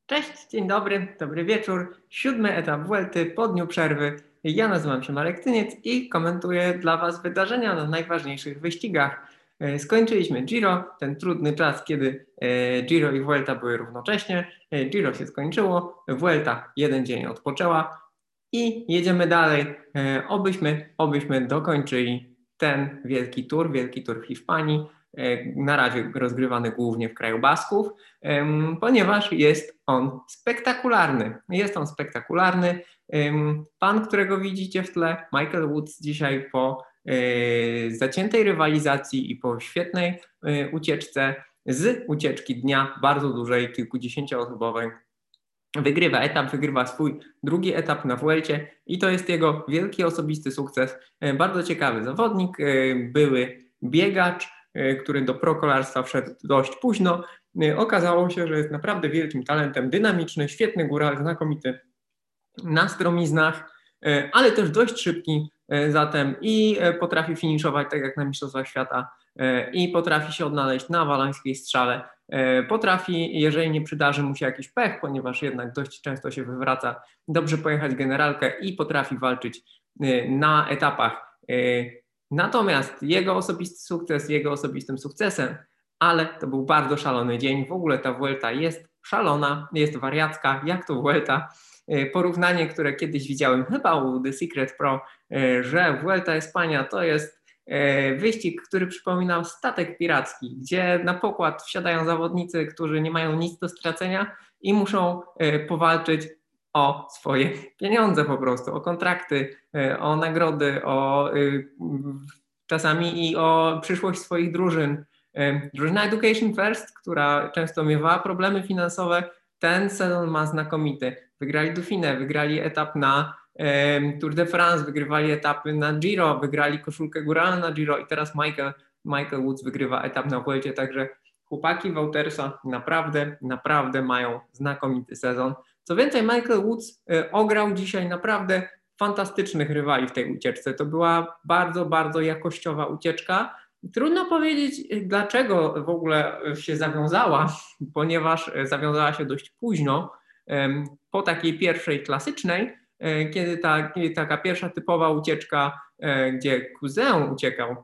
Cześć, dzień dobry, dobry wieczór. 7. etap Vuelty po dniu przerwy. Ja nazywam się Marek Tyniec i komentuję dla Was wydarzenia na najważniejszych wyścigach. Skończyliśmy Giro, ten trudny czas, kiedy Giro i Vuelta były równocześnie. Giro się skończyło, Vuelta jeden dzień odpoczęła i jedziemy dalej. Obyśmy dokończyli ten wielki tour w Hiszpanii. Na razie rozgrywany głównie w kraju Basków, ponieważ jest on spektakularny. Pan, którego widzicie w tle, Michael Woods, dzisiaj po zaciętej rywalizacji i po świetnej ucieczce z ucieczki dnia, bardzo dużej, kilkudziesięcioosobowej, wygrywa swój drugi etap na Vuelcie i to jest jego wielki osobisty sukces. Bardzo ciekawy zawodnik, były biegacz, który do prokolarstwa wszedł dość późno. Okazało się, że jest naprawdę wielkim talentem, dynamiczny, świetny góral, znakomity na stromiznach, ale też dość szybki zatem i potrafi finiszować tak jak na Mistrzostwach Świata i potrafi się odnaleźć na walońskiej strzale. Potrafi, jeżeli nie przydarzy mu się jakiś pech, ponieważ jednak dość często się wywraca, dobrze pojechać generalkę i potrafi walczyć na etapach. Natomiast jego osobisty sukces, jego osobistym sukcesem, ale to był bardzo szalony dzień. W ogóle ta Vuelta jest szalona, jest wariacka, jak to Vuelta. Porównanie, które kiedyś widziałem chyba u The Secret Pro, że Vuelta Espania to jest wyścig, który przypominał statek piracki, gdzie na pokład wsiadają zawodnicy, którzy nie mają nic do stracenia i muszą powalczyć o swoje pieniądze po prostu, o kontrakty, o nagrody, czasami i o przyszłość swoich drużyn. Drużyna Education First, która często miewała problemy finansowe, ten sezon ma znakomity. Wygrali Dauphiné, wygrali etap na Tour de France, wygrywali etapy na Giro, wygrali koszulkę góralną na Giro i teraz Michael Woods wygrywa etap na Vuelcie, także chłopaki Woutersa naprawdę mają znakomity sezon. Co więcej, Michael Woods ograł dzisiaj naprawdę fantastycznych rywali w tej ucieczce. To była bardzo jakościowa ucieczka. Trudno powiedzieć, dlaczego w ogóle się zawiązała, ponieważ zawiązała się dość późno, po takiej pierwszej klasycznej, kiedy taka pierwsza typowa ucieczka, gdzie Cousin uciekał,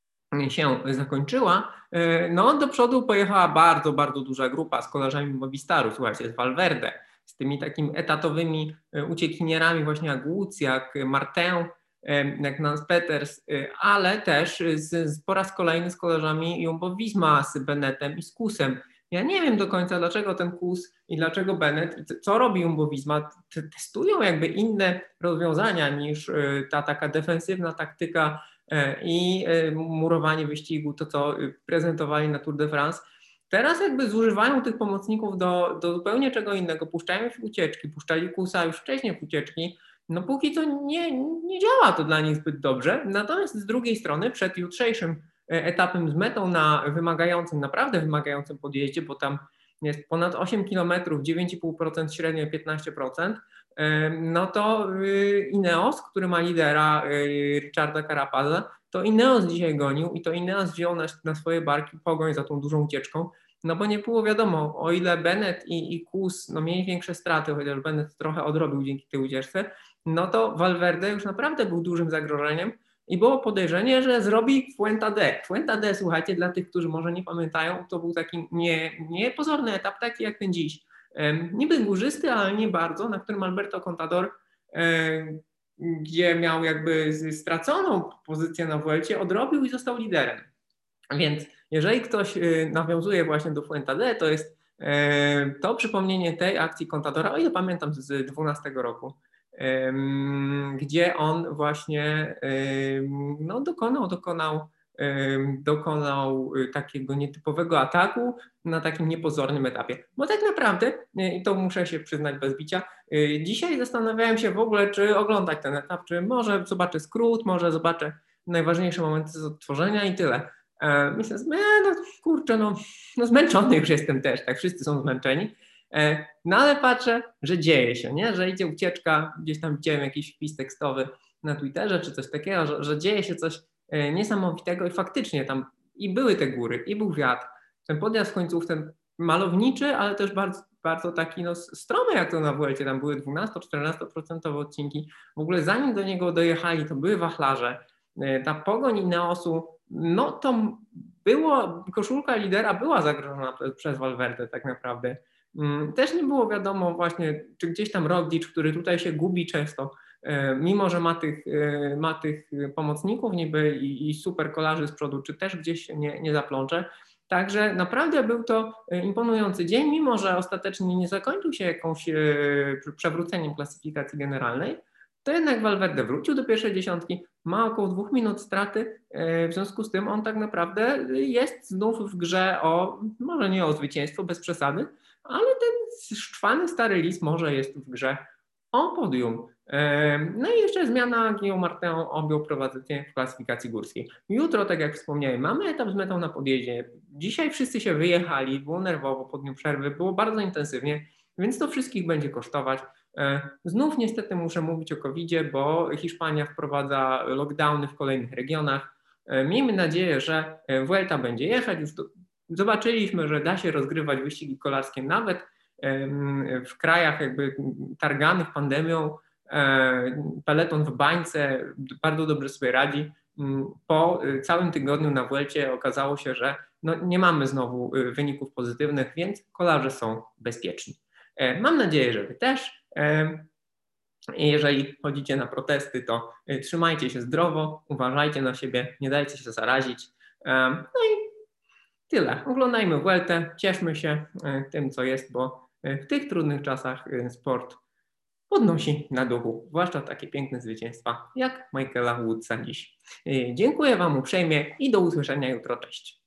się zakończyła, no do przodu pojechała bardzo duża grupa z kolarzami Movistaru, słuchajcie, z Valverde, z tymi takimi etatowymi uciekinierami właśnie jak Woods, jak Martin, jak Nance Peters, ale też po raz kolejny z kolarzami Jumbo-Visma, z Bennettem i z Kusem. Ja nie wiem do końca, dlaczego ten Kus i dlaczego Bennett i co robi Jumbo-Visma. Testują jakby inne rozwiązania niż ta taka defensywna taktyka i murowanie wyścigu, to co prezentowali na Tour de France. Teraz jakby zużywają tych pomocników do zupełnie czego innego. Puszczają ich w ucieczki, puszczali Kusa już wcześniej w ucieczki. No póki co nie działa to dla nich zbyt dobrze. Natomiast z drugiej strony przed jutrzejszym etapem z metą na naprawdę wymagającym podjeździe, bo tam jest ponad 8 km, 9,5% średnio, 15%, no to Ineos, który ma lidera Richarda Carapaza, to Ineos dzisiaj gonił i to Ineos wziął na swoje barki pogoń za tą dużą ucieczką, no bo nie było wiadomo, o ile Bennett i Kus no mieli większe straty, chociaż Bennett trochę odrobił dzięki tej ucieczce, no to Valverde już naprawdę był dużym zagrożeniem i było podejrzenie, że zrobi Fuenta D. Fuenta D, słuchajcie, dla tych, którzy może nie pamiętają, to był taki niepozorny etap, taki jak ten dziś. Niby górzysty, ale nie bardzo, na którym Alberto Contador, gdzie miał jakby straconą pozycję na Vuelcie, odrobił i został liderem. Więc jeżeli ktoś nawiązuje właśnie do Fuenta D, to jest to przypomnienie tej akcji Contadora, o ile pamiętam, z 2012 roku, gdzie on właśnie no, dokonał takiego nietypowego ataku na takim niepozornym etapie. Bo tak naprawdę, i to muszę się przyznać bez bicia, dzisiaj zastanawiałem się w ogóle, czy oglądać ten etap, czy może zobaczę skrót, może zobaczę najważniejsze momenty z odtworzenia i tyle. Myślę, no kurczę, no zmęczony już jestem też, tak wszyscy są zmęczeni. No ale patrzę, że dzieje się, nie? Że idzie ucieczka, gdzieś tam widziałem jakiś wpis tekstowy na Twitterze czy coś takiego, że dzieje się coś niesamowitego i faktycznie tam i były te góry, i był wiatr, ten podjazd w końcówce malowniczy, ale też bardzo, bardzo taki stromy, jak to na Vuelcie, tam były 12-14% odcinki. W ogóle zanim do niego dojechali, to były wachlarze. Ta pogoń Ineosu, no to koszulka lidera była zagrożona przez Valverde tak naprawdę. Też nie było wiadomo właśnie, czy gdzieś tam Roglic, który tutaj się gubi często, mimo że ma tych pomocników niby i super kolarzy z przodu, czy też gdzieś się nie zaplącze. Także naprawdę był to imponujący dzień, mimo że ostatecznie nie zakończył się jakąś przewróceniem klasyfikacji generalnej, to jednak Valverde wrócił do pierwszej dziesiątki, ma około 2 minut straty, w związku z tym on tak naprawdę jest znów w grze może nie o zwycięstwo, bez przesady, ale ten szczwany stary lis może jest w grze o podium. No i jeszcze zmiana, Guillaume Martin objął prowadzenie w klasyfikacji górskiej. Jutro, tak jak wspomniałem, mamy etap z metą na podjeździe. Dzisiaj wszyscy się wyjechali, było nerwowo po dniu przerwy, było bardzo intensywnie, więc to wszystkich będzie kosztować. Znów niestety muszę mówić o COVID-zie, bo Hiszpania wprowadza lockdowny w kolejnych regionach. Miejmy nadzieję, że Vuelta będzie jechać. Już zobaczyliśmy, że da się rozgrywać wyścigi kolarskie nawet w krajach jakby targanych pandemią. Peleton w bańce bardzo dobrze sobie radzi. Po całym tygodniu na Vuelcie okazało się, że nie mamy znowu wyników pozytywnych, więc kolarze są bezpieczni. Mam nadzieję, że wy też. Jeżeli chodzicie na protesty, to trzymajcie się zdrowo, uważajcie na siebie, nie dajcie się zarazić. No i tyle. Oglądajmy Vueltę, cieszmy się tym, co jest, bo w tych trudnych czasach sport podnosi na duchu, zwłaszcza takie piękne zwycięstwa jak Michaela Woodsa dziś. Dziękuję Wam uprzejmie i do usłyszenia jutro. Cześć.